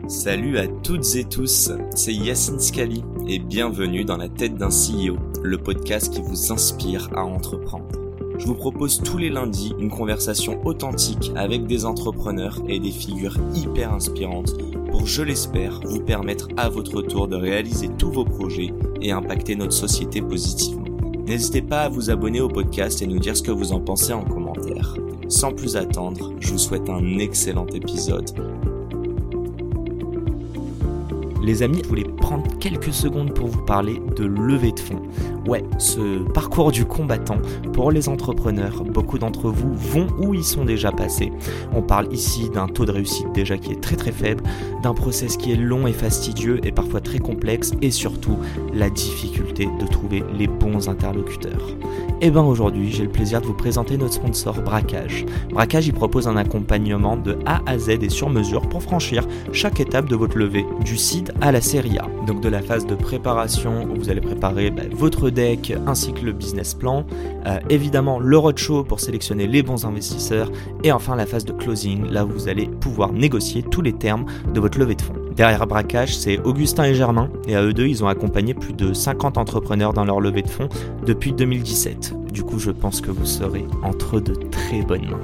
Salut à toutes et tous, c'est Yacine Scali et bienvenue dans la tête d'un CEO, le podcast qui vous inspire à entreprendre. Je vous propose tous les lundis une conversation authentique avec des entrepreneurs et des figures hyper inspirantes pour, je l'espère, vous permettre à votre tour de réaliser tous vos projets et impacter notre société positivement. N'hésitez pas à vous abonner au podcast et nous dire ce que vous en pensez en commentaire. Sans plus attendre, je vous souhaite un excellent épisode. Les amis, je voulais prendre quelques secondes pour vous parler de levée de fonds. Ouais, ce parcours du combattant pour les entrepreneurs, beaucoup d'entre vous vont où ils sont déjà passés. On parle ici d'un taux de réussite déjà qui est très très faible, d'un process qui est long et fastidieux et parfois très complexe et surtout la difficulté de trouver les bons interlocuteurs. Et bien aujourd'hui, j'ai le plaisir de vous présenter notre sponsor Braquage. Braquage, il propose un accompagnement de A à Z et sur mesure pour franchir chaque étape de votre levée, du seed à la série A. Donc de la phase de préparation où vous allez préparer votre deck ainsi que le business plan, évidemment le roadshow pour sélectionner les bons investisseurs et enfin la phase de closing, là où vous allez pouvoir négocier tous les termes de votre levée de fonds. Derrière Braquage, c'est Augustin et Germain et à eux deux, ils ont accompagné plus de 50 entrepreneurs dans leur levée de fonds depuis 2017. Du coup, je pense que vous serez entre de très bonnes mains.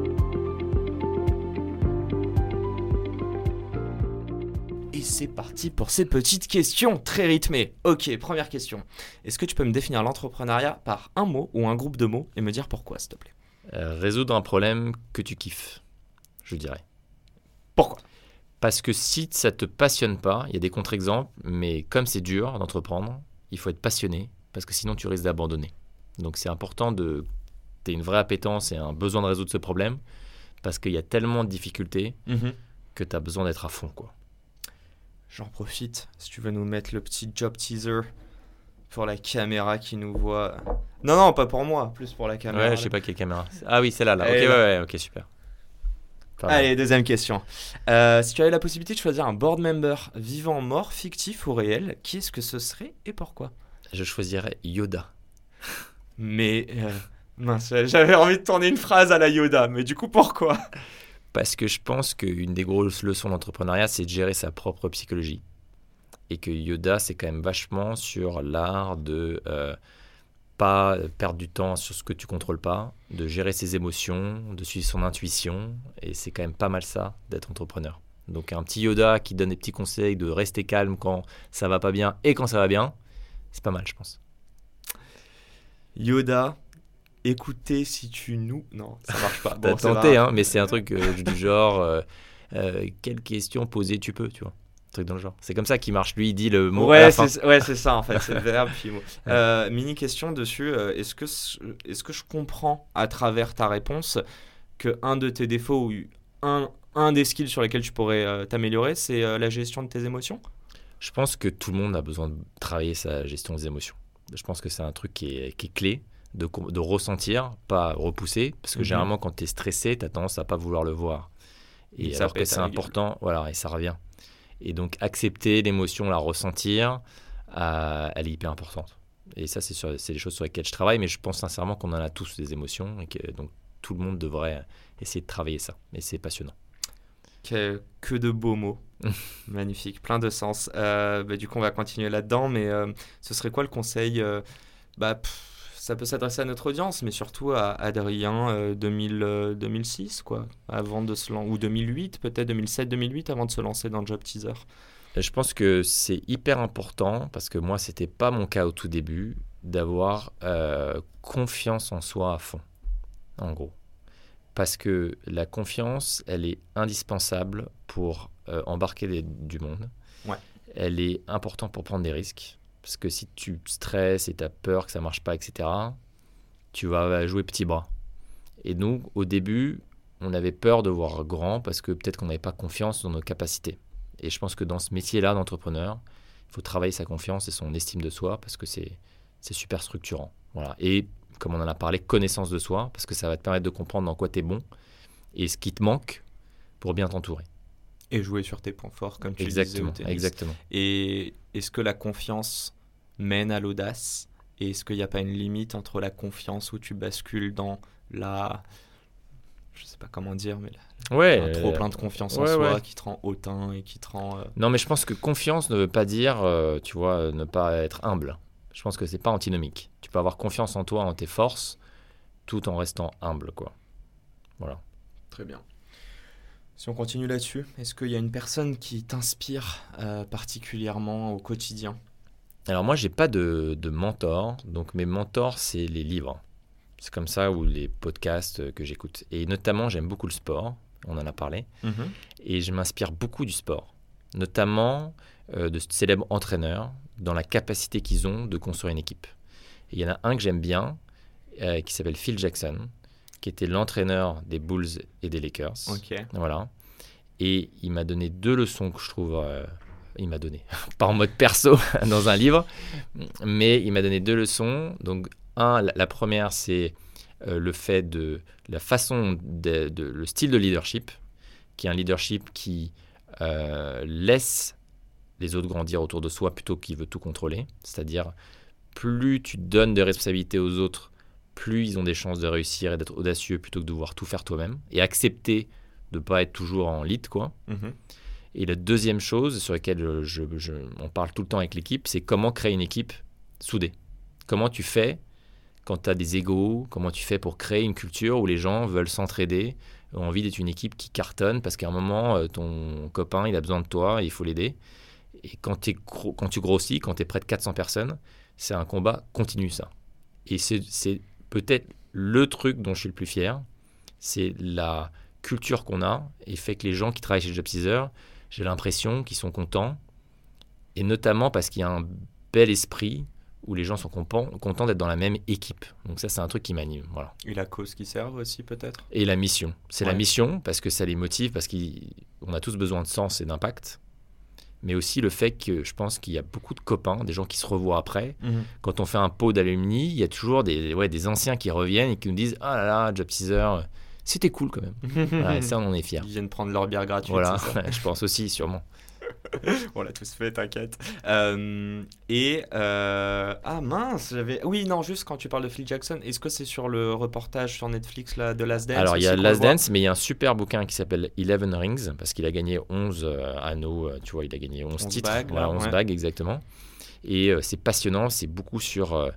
Et c'est parti pour ces petites questions très rythmées. Ok, première question. Est-ce que tu peux me définir l'entrepreneuriat par un mot ou un groupe de mots et me dire pourquoi, s'il te plaît ? Résoudre un problème que tu kiffes, je dirais. Pourquoi ? Parce que si ça ne te passionne pas, il y a des contre-exemples, mais comme c'est dur d'entreprendre, il faut être passionné, parce que sinon tu risques d'abandonner. Donc c'est important que tu aies une vraie appétence et un besoin de résoudre ce problème, parce qu'il y a tellement de difficultés que tu as besoin d'être à fond, quoi. J'en profite, si tu veux nous mettre le petit job teaser pour la caméra qui nous voit. Non, pas pour moi, plus pour la caméra. Ouais, je sais pas quelle caméra. Ah oui, c'est là. Ok, super. Pardon. Allez, deuxième question. Si tu avais la possibilité de choisir un board member vivant, mort, fictif ou réel, qui est-ce que ce serait et pourquoi ? Je choisirais Yoda. Mais mince, j'avais envie de tourner une phrase à la Yoda, mais du coup pourquoi ? Parce que je pense qu'une des grosses leçons d'entrepreneuriat, c'est de gérer sa propre psychologie. Et que Yoda, c'est quand même vachement sur l'art de pas perdre du temps sur ce que tu contrôles pas, de gérer ses émotions, de suivre son intuition. Et c'est quand même pas mal ça, d'être entrepreneur. Donc un petit Yoda qui donne des petits conseils de rester calme quand ça va pas bien et quand ça va bien, c'est pas mal, je pense. Yoda, écoutez si tu nous... Non, ça marche pas. T'as tenté, hein, mais c'est un truc du genre quelle question poser tu peux, tu vois. Un truc dans le genre. C'est comme ça qu'il marche. Lui, il dit le mot à la fin. C'est ça en fait, c'est le verbe puis mot. Mini question dessus, est-ce que je comprends à travers ta réponse que un de tes défauts ou un des skills sur lesquels tu pourrais t'améliorer, c'est la gestion de tes émotions ? Je pense que tout le monde a besoin de travailler sa gestion des émotions. Je pense que c'est un truc qui est clé, de ressentir, pas repousser, parce que généralement quand tu es stressé, tu as tendance à pas vouloir le voir. Et alors que c'est important, voilà, et ça revient. Et donc accepter l'émotion, la ressentir, elle est hyper importante. Et ça, c'est des choses sur lesquelles je travaille, mais je pense sincèrement qu'on en a tous des émotions, et que donc tout le monde devrait essayer de travailler ça. Et c'est passionnant. Que de beaux mots. Magnifique, plein de sens. Du coup, on va continuer là-dedans, mais ce serait quoi le conseil ça peut s'adresser à notre audience, mais surtout à Adrien 2006, quoi, avant de se lancer, ou 2008, peut-être 2007-2008, avant de se lancer dans le job teaser. Je pense que c'est hyper important, parce que moi, c'était pas mon cas au tout début, d'avoir confiance en soi à fond, en gros. Parce que la confiance, elle est indispensable pour embarquer du monde. Ouais. Elle est importante pour prendre des risques. Parce que si tu stresses et tu as peur que ça ne marche pas, etc., tu vas jouer petit bras. Et nous, au début, on avait peur de voir grand parce que peut-être qu'on n'avait pas confiance dans nos capacités. Et je pense que dans ce métier-là d'entrepreneur, il faut travailler sa confiance et son estime de soi parce que c'est super structurant. Voilà. Et comme on en a parlé, connaissance de soi, parce que ça va te permettre de comprendre dans quoi tu es bon et ce qui te manque pour bien t'entourer. Et jouer sur tes points forts, comme tu disais au tennis. Exactement. Et est-ce que la confiance mène à l'audace ? Et est-ce qu'il n'y a pas une limite entre la confiance où tu bascules dans la... je sais pas comment dire, mais Ouais. trop plein de confiance en ouais, soi ouais. qui te rend hautain et qui te rend. Non, mais je pense que confiance ne veut pas dire, tu vois, ne pas être humble. Je pense que c'est pas antinomique. Tu peux avoir confiance en toi, en tes forces, tout en restant humble, quoi. Voilà. Très bien. Si on continue là-dessus, est-ce qu'il y a une personne qui t'inspire particulièrement au quotidien? Alors moi, j'ai pas de mentor, donc mes mentors, c'est les livres. C'est comme ça, ou les podcasts que j'écoute. Et notamment, j'aime beaucoup le sport, on en a parlé, Mhm. et je m'inspire beaucoup du sport, notamment de célèbres entraîneurs, dans la capacité qu'ils ont de construire une équipe. Et il y en a un que j'aime bien, qui s'appelle Phil Jackson, qui était l'entraîneur des Bulls et des Lakers. Ok. Voilà. Et il m'a donné 2 leçons que je trouve... il m'a donné, pas en mode perso, dans un livre, mais il m'a donné 2 leçons. Donc, la première, c'est le fait de la façon, le style de leadership, qui est un leadership qui laisse les autres grandir autour de soi plutôt qu'il veut tout contrôler. C'est-à-dire, plus tu donnes de responsabilités aux autres, plus ils ont des chances de réussir et d'être audacieux plutôt que de devoir tout faire toi-même. Et accepter de ne pas être toujours en lead, quoi. Mhm. Et la deuxième chose sur laquelle on parle tout le temps avec l'équipe, c'est comment créer une équipe soudée. Comment tu fais quand tu as des égos, comment tu fais pour créer une culture où les gens veulent s'entraider, ont envie d'être une équipe qui cartonne parce qu'à un moment, ton copain, il a besoin de toi et il faut l'aider. Et quand tu grossis, quand tu es près de 400 personnes, c'est un combat continu, ça. Et c'est peut-être le truc dont je suis le plus fier, c'est la culture qu'on a et fait que les gens qui travaillent chez Jobseezer, j'ai l'impression qu'ils sont contents, et notamment parce qu'il y a un bel esprit où les gens sont contents d'être dans la même équipe. Donc ça, c'est un truc qui m'anime. Voilà. Et la cause qui sert aussi, peut-être? Et la mission. C'est la Ouais. mission parce que ça les motive, parce qu'on a tous besoin de sens et d'impact. Mais aussi le fait que je pense qu'il y a beaucoup de copains, des gens qui se revoient après. Mhm. Quand on fait un pot d'alumni, il y a toujours des anciens qui reviennent et qui nous disent « Ah là là, Jobseezer, c'était cool quand même. » Voilà, et ça, on en est fiers. Ils viennent prendre leur bière gratuite, Voilà, c'est ça? je pense aussi, sûrement. On l'a tous fait, t'inquiète. Ah mince, j'avais... Oui, non, juste quand tu parles de Phil Jackson, est-ce que c'est sur le reportage sur Netflix là, de Last Dance? Alors, il y a aussi qu'on Last le voit? Dance, mais il y a un super bouquin qui s'appelle 11 Rings, parce qu'il a gagné 11 anneaux, tu vois, il a gagné 11 11 titres. bagues, Voilà, là, 11 ouais. bagues, exactement. Et c'est passionnant, c'est beaucoup sur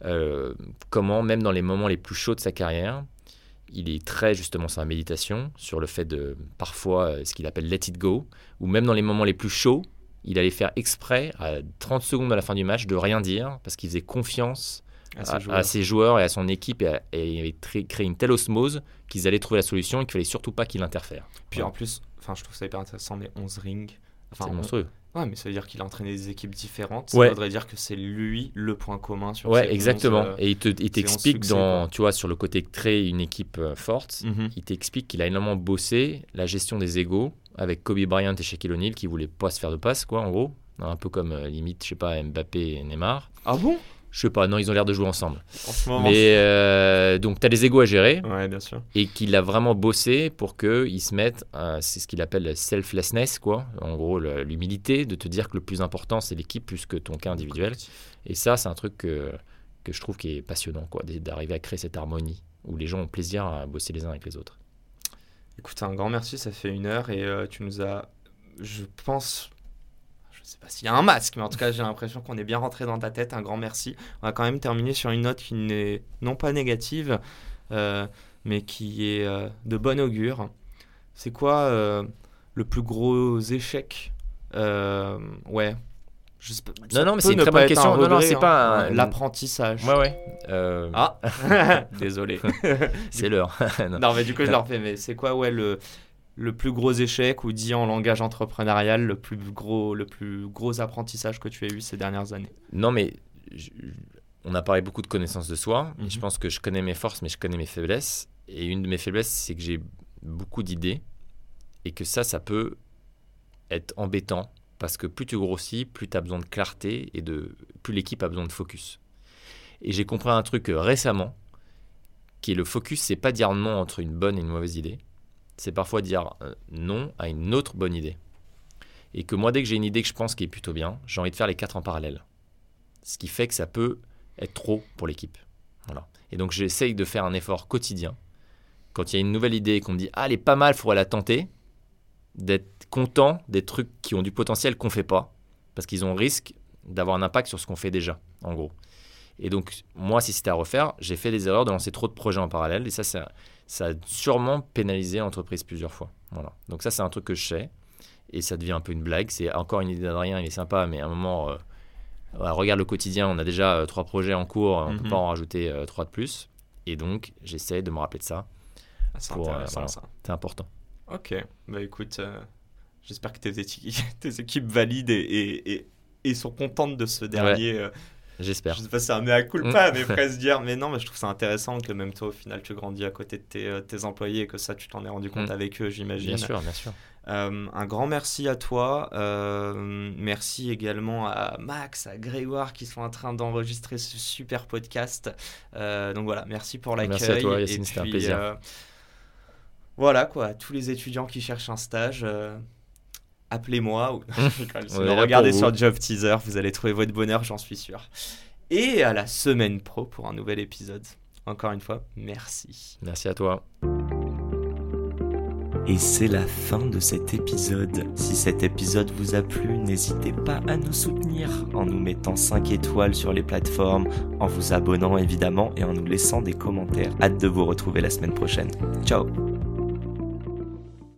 comment, même dans les moments les plus chauds de sa carrière, il est très justement sur la méditation, sur le fait de parfois ce qu'il appelle let it go, ou même dans les moments les plus chauds, il allait faire exprès à 30 secondes à la fin du match de rien dire parce qu'il faisait confiance à ses joueurs et à son équipe, et il avait créé une telle osmose qu'ils allaient trouver la solution et qu'il fallait surtout pas qu'il interfère. Puis Voilà. en plus, je trouve ça hyper intéressant, mais 11 rings. Enfin, C'est monstrueux. Ouais, mais ça veut dire qu'il a entraîné des équipes différentes. Ouais. Ça voudrait dire que c'est lui le point commun sur Ouais, ces 11, exactement. Et il ces 11 t'explique succès, quoi. tu vois, sur le côté créer une équipe forte, Mhm. il t'explique qu'il a énormément bossé la gestion des égos avec Kobe Bryant et Shaquille O'Neal qui voulaient pas se faire de passe, quoi, en gros. Un peu comme limite, je sais pas, Mbappé et Neymar. Ah bon? Je sais pas, non, ils ont l'air de jouer ensemble. En ce moment. Mais donc, tu as des égos à gérer Ouais, bien sûr. et qu'il a vraiment bossé pour qu'ils se mettent, c'est ce qu'il appelle le selflessness, quoi. En gros, l'humilité de te dire que le plus important, c'est l'équipe plus que ton cas individuel. Et ça, c'est un truc que je trouve qui est passionnant, quoi, d'arriver à créer cette harmonie où les gens ont plaisir à bosser les uns avec les autres. Écoute, un grand merci, ça fait 1 heure et tu nous as, je pense, je sais pas s'il y a un masque, mais en tout cas j'ai l'impression qu'on est bien rentré dans ta tête. Un grand merci. On va quand même terminer sur une note qui n'est non pas négative, mais qui est de bon augure. C'est quoi le plus gros échec? Ouais. Je sais pas, ça Non, mais peut c'est une ne très pas bonne être question. un Non, regret, c'est hein. pas L'apprentissage. Ouais. Ah, désolé. C'est l'heure. Non. Non, mais du coup, je le refais. Mais c'est quoi, ouais, le plus gros échec, ou dit en langage entrepreneurial, le plus gros apprentissage que tu as eu ces dernières années? Non, mais on a parlé beaucoup de connaissance de soi. Et Mhm. je pense que je connais mes forces, mais je connais mes faiblesses. Et une de mes faiblesses, c'est que j'ai beaucoup d'idées. Et que ça peut être embêtant. Parce que plus tu grossis, plus tu as besoin de clarté et plus l'équipe a besoin de focus. Et j'ai compris un truc récemment, qui est le focus, c'est pas dire non entre une bonne et une mauvaise idée. C'est parfois dire non à une autre bonne idée. Et que moi, dès que j'ai une idée que je pense qui est plutôt bien, j'ai envie de faire les 4 en parallèle. Ce qui fait que ça peut être trop pour l'équipe. Voilà. Et donc, j'essaye de faire un effort quotidien quand il y a une nouvelle idée et qu'on me dit ah, elle est pas mal, il faudrait la tenter, d'être content des trucs qui ont du potentiel qu'on fait pas, parce qu'ils ont risque d'avoir un impact sur ce qu'on fait déjà, en gros. Et donc, moi, si c'était à refaire, j'ai fait des erreurs de lancer trop de projets en parallèle. Et ça a sûrement pénalisé l'entreprise plusieurs fois. Voilà. Donc ça, c'est un truc que je sais. Et ça devient un peu une blague. C'est encore une idée d'Adrien, il est sympa. Mais à un moment, regarde le quotidien. On a déjà 3 projets en cours. On ne peut pas en rajouter 3 de plus. Et donc, j'essaie de me rappeler de ça. C'est intéressant, ça. C'est important. Ok. Bah écoute, j'espère que tes équipes valident et sont contentes de ce dernier... Ouais. J'espère. Je sais pas si c'est un mea culpa, mais presque dire. Mais non, mais je trouve ça intéressant que même toi, au final, tu grandis à côté de tes employés et que ça, tu t'en es rendu compte avec eux, j'imagine. Bien sûr, bien sûr. Un grand merci à toi. Merci également à Max, à Grégoire qui sont en train d'enregistrer ce super podcast. Donc voilà, merci pour l'accueil. Merci à toi, Yacine, c'était un plaisir. Voilà quoi, tous les étudiants qui cherchent un stage. Appelez-moi ou regardez sur Job Teaser, vous allez trouver votre bonheur, j'en suis sûr. Et à la semaine pro pour un nouvel épisode. Encore une fois, merci. Merci à toi. Et c'est la fin de cet épisode. Si cet épisode vous a plu, n'hésitez pas à nous soutenir en nous mettant 5 étoiles sur les plateformes, en vous abonnant évidemment et en nous laissant des commentaires. Hâte de vous retrouver la semaine prochaine. Ciao!